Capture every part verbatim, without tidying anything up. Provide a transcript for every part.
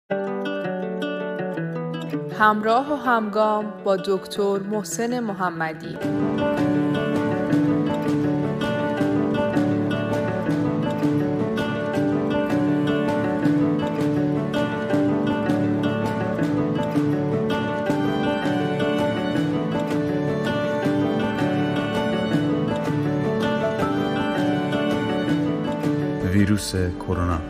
همراه و همگام با دکتر محسن محمدی. ویروس کرونا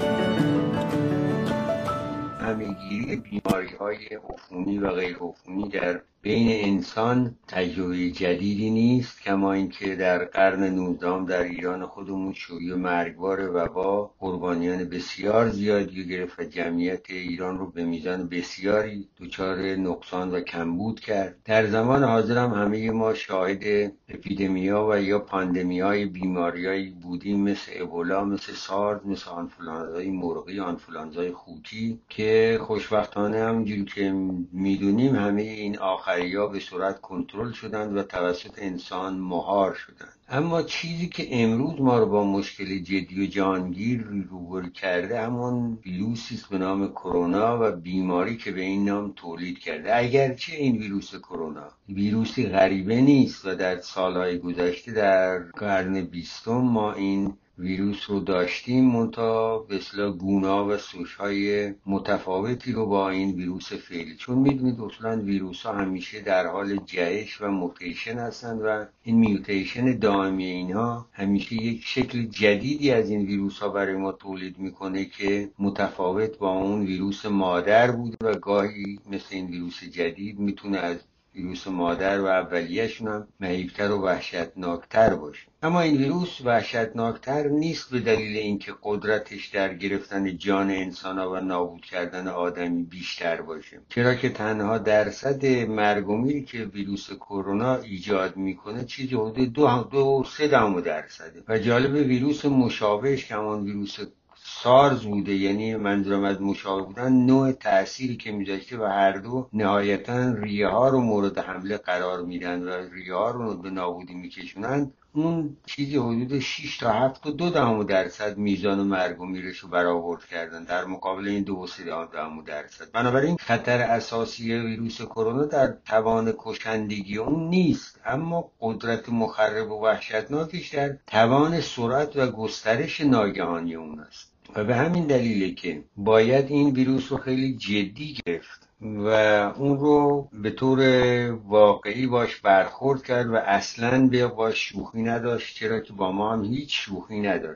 همه‌گیری بیماری‌های عفونی و غیر عفونی در بین انسان تجربه جدیدی نیست، کما اینکه در قرن نوزدهم در ایران خودمون شیوع مرگبار وبا قربانیان بسیار زیادی گرفت و جمعیت ایران رو به میزان بسیاری دچار نقصان و کمبود کرد. در زمان حاضر هم همه ما شاهد اپیدمیا و یا پاندمیای بیماریایی بودیم، مثل ابولا، مثل سارس، مثل آنفولانزای مرغی، آنفولانزای خوکی، که خوشبختانه همونجوری که میدونیم همه این آخریا به صورت کنترل شدند و توسط انسان مهار شدند. اما چیزی که امروز ما رو با مشکل جدی و جهانگیر روبرو کرده همون ویروسی است به نام کرونا و بیماری که به این نام تولید کرده. اگرچه این ویروس کرونا ویروسی غریبه نیست و در سالهای گذشته در قرن بیستم ما این ویروس رو داشتیم، منتها به اصطلاح گونا و سوش‌های متفاوتی رو با این ویروس فعلی، چون میدونید اصولا ویروس ها همیشه در حال جهش و موتیشن هستند و این میوتیشن دائمی اینها همیشه یک شکل جدیدی از این ویروس ها برای ما تولید میکنه که متفاوت با اون ویروس مادر بوده و گاهی مثل این ویروس جدید میتونه از ویروس مادر و اولیه‌شون هم مهیبتر و وحشتناکتر باشه. اما این ویروس وحشتناکتر نیست به دلیل اینکه قدرتش در گرفتن جان انسان‌ها و نابود کردن آدمی بیشتر باشه، چرا که تنها درصد مرگ و میری که ویروس کرونا ایجاد میکنه چیزی حدود دو دو سه دهم درصده. و جالب ویروس مشابهش که همون ویروس سارز بوده، یعنی منظورم از مشابه بودن نوع تأثیری که میذاشته و هر دو نهایتا ریه ها رو مورد حمله قرار میدن و ریه ها رو به نابودی میکشونن، اون چیزی حدود شش تا هفت و دو دهم درصد میزان مرگ و میرش رو برآورد کردن در مقابل این دو و سه دهم درصد. بنابراین خطر اساسی ویروس کرونا در توان کشندگی اون نیست، اما قدرت مخرب و وحشتناکش در توان سرعت و گسترش ناگهانی اون است. و به همین دلیله که باید این ویروس رو خیلی جدی گرفت و اون رو به طور واقعی باش برخورد کرد و اصلاً به باش شوخی نداشت، چرا که با ما هم هیچ شوخی نداره.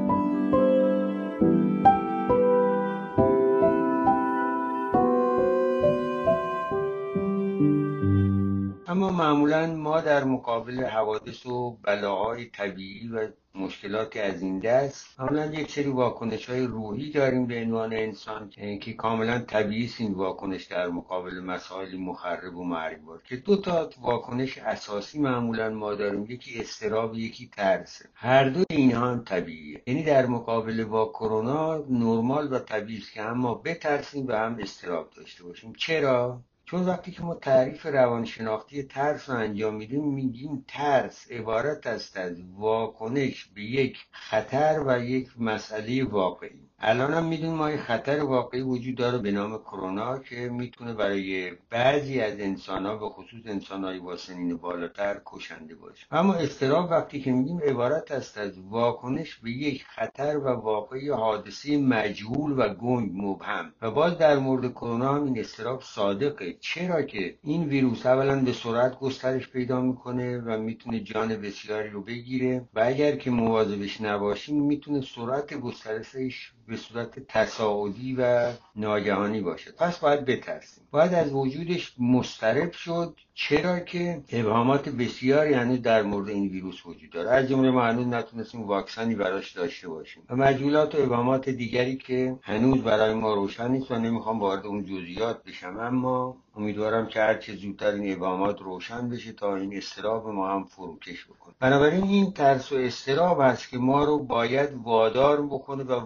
اما معمولا ما در مقابل حوادث و بلاهای طبیعی و مشکلاتی از این دست معمولا یک سری واکنش‌های روحی داریم به عنوان انسان که کاملا طبیعی است. این واکنش در مقابل مسائل مخرب و مرگبار که دو تا واکنش اساسی معمولا ما داریم، یکی اضطراب، یکی ترس. هر دو اینها هم طبیعیه، یعنی در مقابل با کرونا نرمال و طبیعی است که هم ما بترسیم و هم اضطراب داشته باشیم. چرا؟ چون وقتی که ما تعریف روانشناختی ترس رو انجام میدیم میگیم ترس عبارت است از واکنش به یک خطر و یک مسئله واقعی. الان هم میدونیم ما یک خطر واقعی وجود داره به نام کرونا که میتونه برای بعضی از انسان‌ها به خصوص انسان‌های با سنین بالاتر کشنده باشه. اما اضطراب وقتی که میگیم عبارت است از واکنش به یک خطر و واقعی حادثه مجهول و گنگ مبهم. و باز در مورد کرونا هم این اضطراب صادقه، چرا که این ویروس اولا به سرعت گسترش پیدا میکنه و میتونه جان بسیاری رو بگیره و اگر که مواظبش نباشیم میتونه سرعت گسترشش به صورت تصاعدی و ناگهانی باشه. پس باید بترسیم، باید از وجودش مضطرب شد، چرا که ابهامات بسیاری هنوز در مورد این ویروس وجود داره. از جمله ما هنوز نتونستیم واکسنی براش داشته باشیم و مجهولات و ابهامات دیگری که هنوز برای ما روشن نیست و نمیخوام وارد اون جزئیات بشم، اما امیدوارم که هر چه زودتر این ابهامات روشن بشه تا این اضطراب ما هم فروکش بکنه. بنابراین این ترس و اضطراب هست که ما رو باید وادار بکنه و وادار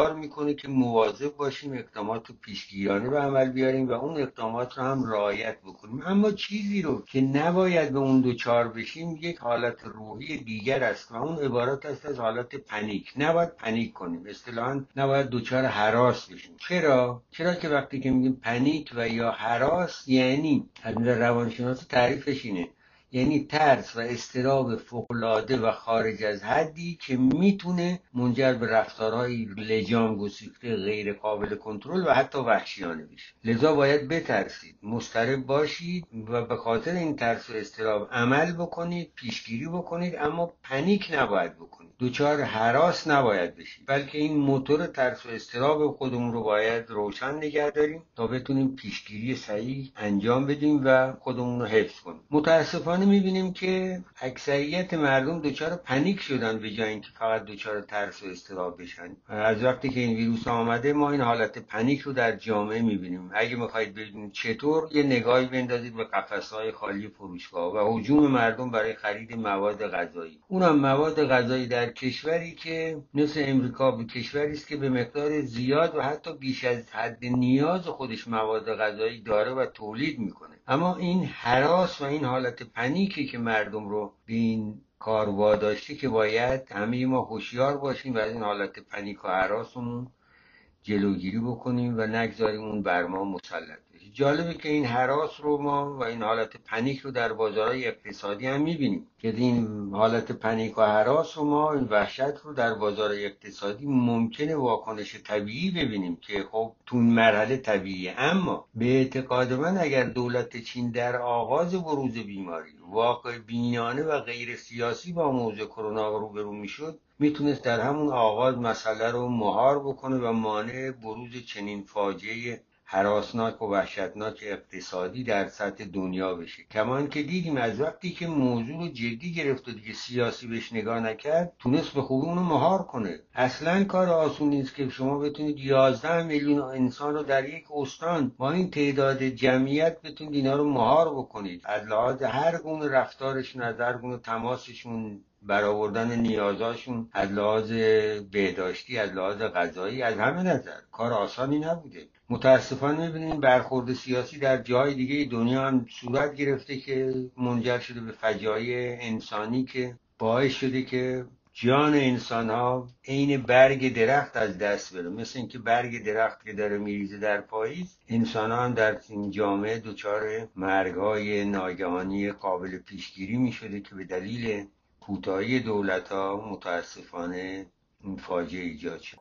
وادار میکنه که مواظب باشیم، اقدامات رو پیشگیرانه به عمل بیاریم و اون اقدامات رو هم رعایت بکنیم. اما چیزی رو که نباید به اون دوچار بشیم یک حالت روحی دیگر است و اون عبارت است از حالت پنیک. نباید پنیک کنیم، اصطلاحاً نباید دوچار هراس بشیم. چرا؟ چرا که وقتی که میگیم پنیک و یا هراس، یعنی از نظر روانشناسی تعریفش اینه، یعنی ترس و اضطراب فوق‌العاده و خارج از حدی که میتونه منجر به رفتارهای لجام گسیخته غیر قابل کنترل و حتی وحشیانه بشه. لذا باید بترسید، مضطرب باشید و به خاطر این ترس و اضطراب عمل بکنید، پیشگیری بکنید، اما پنیک نباید بکنید، دوچار هراس نباید بشید، بلکه این موتور ترس و اضطراب خودمون رو باید روشن نگه داریم تا بتونیم پیشگیری صحیح انجام بدیم و خودمون رو حفظ کنیم. متاسفانه میبینیم که اکثریت مردم دچار پنیک شدن به جای اینکه فقط دچار ترس و اضطراب بشن. از وقتی که این ویروس آمده ما این حالت پنیک رو در جامعه میبینیم. اگه میخواید ببینید چطور، یه نگاهی بندازید به قفس‌های خالی فروشگاه و هجوم مردم برای خرید مواد غذایی. اونم مواد غذایی در کشوری که مثل امریکا، به کشوری است که به مقدار زیاد و حتی بیش از حد نیاز خودش مواد غذایی داره و تولید میکنه. اما این هراس و این حالت پنیکی که مردم رو به این کار واداشته که باید همه ما هوشیار باشیم و از این حالت پنیک و هراسمون جلوگیری بکنیم و نگذاریم اون بر ما مسلط بشه. جالبه که این هراس رو ما و این حالت پنیک رو در بازارهای اقتصادی هم میبینیم که این حالت پنیک و هراس رو ما، این وحشت رو در بازارهای اقتصادی ممکنه واکنش طبیعی ببینیم که خب تو این مرحله طبیعیه. اما به اعتقاد من اگر دولت چین در آغاز بروز بیماری واقع بینانه و غیر سیاسی با موضوع کرونا روبرو میشد، میتونست در همون آغاز مسئله رو مهار بکنه و مانع بروز چنین فاجعه هراسناک و وحشتناک اقتصادی در سطح دنیا بشه. کما اینکه دیدیم از وقتی که موضوع رو جدی گرفت و دیگه سیاسی بهش نگاه نکرد، تونست به خوبی اونو مهار کنه. اصلا کار آسونی نیست که شما بتونید یازده میلیون انسان رو در یک استان با این تعداد جمعیت بتونید اینا رو مهار بکنید، از لحاظ هر گونه رفتارشون، از هر گونه تماسشون، برآوردن نیازاشون، از لحاظ بهداشتی، از لحاظ غذایی، از همه نظر کار آسانی نبوده. متاسفانه می‌بینیم برخورد سیاسی در جای دیگه دنیا هم صورت گرفته که منجر شده به فجایع انسانی که باعث شده که جان انسان‌ها عین برگ درخت از دست بره. مثل اینکه برگ درخت که داره میریزه در پاییز، انسان‌ها هم در این جامعه دچار مرگ‌های ناگهانی قابل پیشگیری می‌شده که به دلیل کوتاهی دولت‌ها متاسفانه این فاجعه ایجاد شد.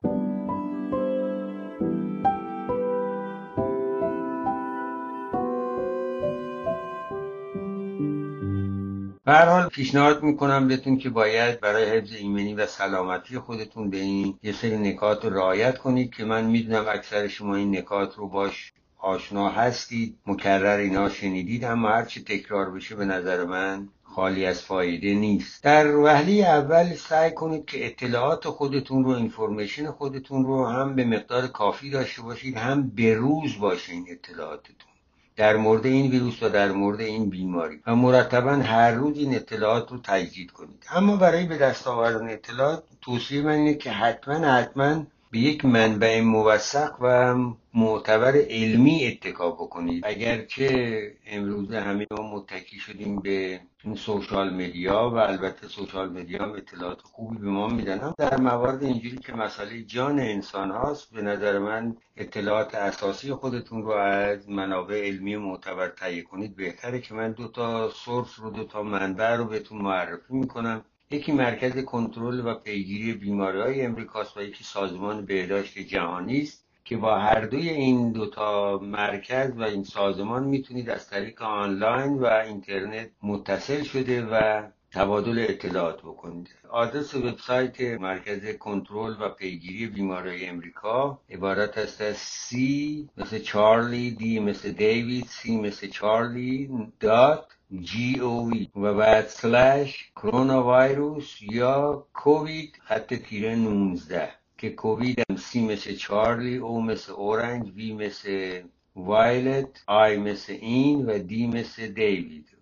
به هر حال پیشنهاد میکنم بهتون که باید برای حفظ ایمنی و سلامتی خودتون به این یه سری نکات رو رعایت کنید که من میدونم اکثر شما این نکات رو باش آشنا هستید، مکرر اینا شنیدید، اما هرچی تکرار بشه به نظر من خالی از فایده نیست. در وهله اول سعی کنید که اطلاعات خودتون رو، اینفورمیشن خودتون رو هم به مقدار کافی داشته باشید، هم به روز باشه این اطلاعاتتون در مورد این ویروس و در مورد این بیماری، و مرتبا هر روز این اطلاعات رو تجدید کنید. اما برای به دست آوردن اطلاعات توصیه من اینه که حتما حتما به یک منبع موثق و معتبر علمی اتکا بکنید. اگرچه امروز همه ما متکی شدیم به این سوشال مدیا و البته سوشال مدیا هم اطلاعات خوبی به ما میدن، هم در موارد اینجوری که مسئله جان انسان هاست به نظر من اطلاعات اساسی خودتون رو از منابع علمی معتبر تهیه کنید. بهتره که من دو تا سورس رو، دو تا منبع رو بهتون معرفی میکنم. یکی مرکز کنترل و پیگیری بیماری‌های امریکاست و یکی سازمان بهداشت جهانی است که با هر دوی این دوتا مرکز و این سازمان میتونید از طریق آنلاین و اینترنت متصل شده و تبادل اطلاعات بکنید. آدرس وبسایت مرکز کنترل و پیگیری بیماری‌های امریکا عبارت است از C مثل چارلی، D مثل دیوید، C مثل چارلی دات جی او وی و بعد سلش کرونا ویروس یا کووید خط تیره نوزده که کووید هم سی مثل چارلی، او مثل اورنج، وی مثل وایلت، آی مثل این و دی مثل دیوید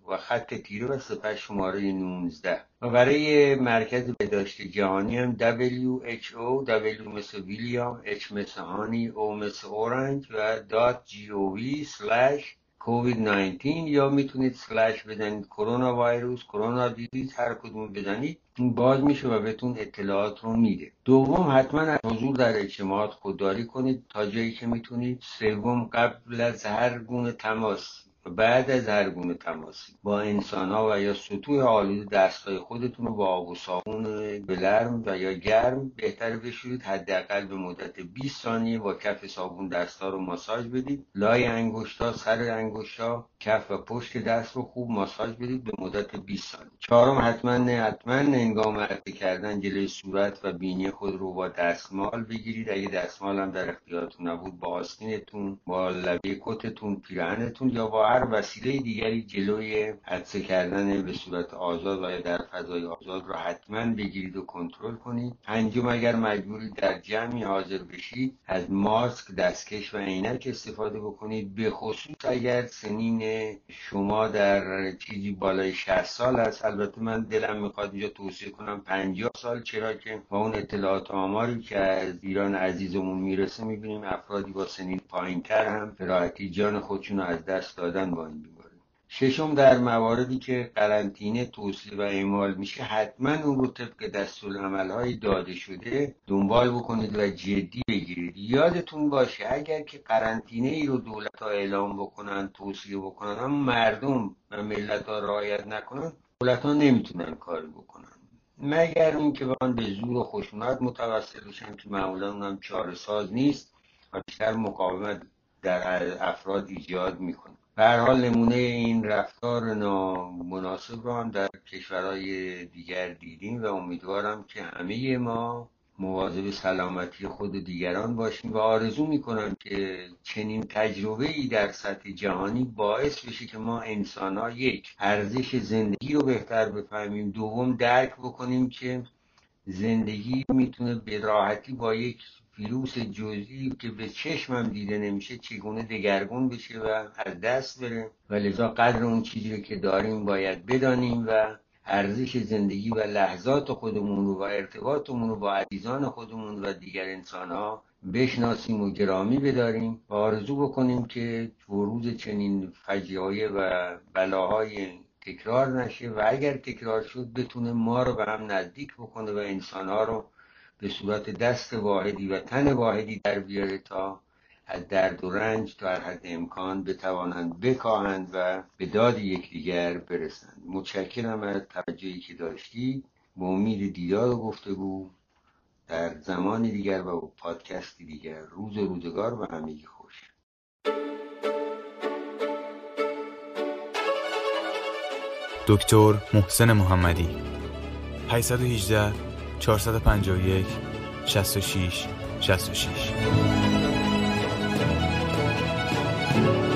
و خط تیره و سپس شماره نوزده. و برای مرکز بهداشت جهانی هم دبلیو اچ او، دبلیو مثل ویلیام، اچ مثل هانی، او مثل اورنج و دات جی او وی سلش کووید نوزده، یا میتونید سلش بزنید کرونا ویروس، کرونا دیزیز، هر کدوم بزنید این باز میشه و بهتون اطلاعات رو میده. دوم، حتما از حضور در اجتماعات خودداری کنید تا جایی که میتونید. سوم، قبل از هر گونه تماس و بعد از هر گونه تماسی با انسان‌ها و یا سطوح آلوده دستای خودتون رو با آب و صابون گرم و یا گرم بهتر بشورید. حداقل به مدت بیست ثانیه با کف صابون دستا رو ماساژ بدید. لای انگشتا، سر انگشتا، کف و پشت دست رو خوب ماساژ بدید به مدت بیست ثانیه. چهارم، حتما نه حتما هنگام عطر کردن جلوی صورت و بینی خود رو با دستمال بگیرید. اگه دستمال هم در اختیارتون نبود با آستینتون، با لبه کتتون، پیراهنتون یا با هر وسیله دیگری جلوی عطسه کردن به صورت آزاد و یا در فضای آزاد رو حتما بگیرید و کنترل کنید. پنجم، اگر مجبورید در جمعی حاضر بشید از ماسک، دستکش و عینک استفاده بکنید، به خصوص اگر سنین شما در چیزی بالای شصت سال است. البته من دلم میخواد اینجا توصیه کنم پنجاه سال، چرا که با اون اطلاعات آماری که از ایران عزیزمون میرسه میبینیم افرادی با سنین پایینتر هم به راحتی جان خودشون رو از دست دادن با این بیماری. ششم، در مواردی که قرنطینه توصیه و اعمال میشه حتما اون رو طبق دستورالعمل‌های داده شده دنبال بکنید و جدی بگیرید. یادتون باشه اگر که قرنطینه ای رو دولت‌ها اعلام بکنن، توصیه بکنن، اما مردم و ملت‌ها رعایت نکنن، دولت‌ها نمیتونن کاری بکنن مگر اینکه بخوان به زور و خشونت متوسل بشن که معمولا اونم چاره ساز نیست و بیشتر مقاومت در افراد ایجاد میکنه. به هر حال نمونه این رفتار نامناسب رو هم در کشورهای دیگر دیدیم و امیدوارم که همه ما مواظب سلامتی خود و دیگران باشیم و آرزو میکنم که چنین تجربه‌ای در سطح جهانی باعث بشه که ما انسان‌ها یک، ارزش زندگی رو بهتر بفهمیم، دوم درک بکنیم که زندگی میتونه به راحتی با یک ویروس جزئی که به چشمم دیده نمیشه چگونه دگرگون بشه و از دست بره و لذا قدر اون چیزی رو که داریم باید بدانیم و ارزش زندگی و لحظات خودمون رو و ارتباطمون رو با عزیزان خودمون و دیگر انسان‌ها بشناسیم و گرامی بداریم و آرزو بکنیم که روز چنین فجایع و بلاهای تکرار نشه و اگر تکرار شد بتونه ما رو به هم نزدیک بکنه و انسان‌ها رو به صورت دست واحدی و تن واحدی در بیاره تا از درد و رنج تا هر حد امکان بتوانند بکاهند و به داد یکدیگر برسند. متشکرم از توجهی که داشتید. به امید دیدار و گفتگو در زمان دیگر و پادکستی دیگر. روز و روزگار و همگی خوش. دکتر محسن محمدی هشت یک هشت چهار پنج یک شصت و شش شصت و شش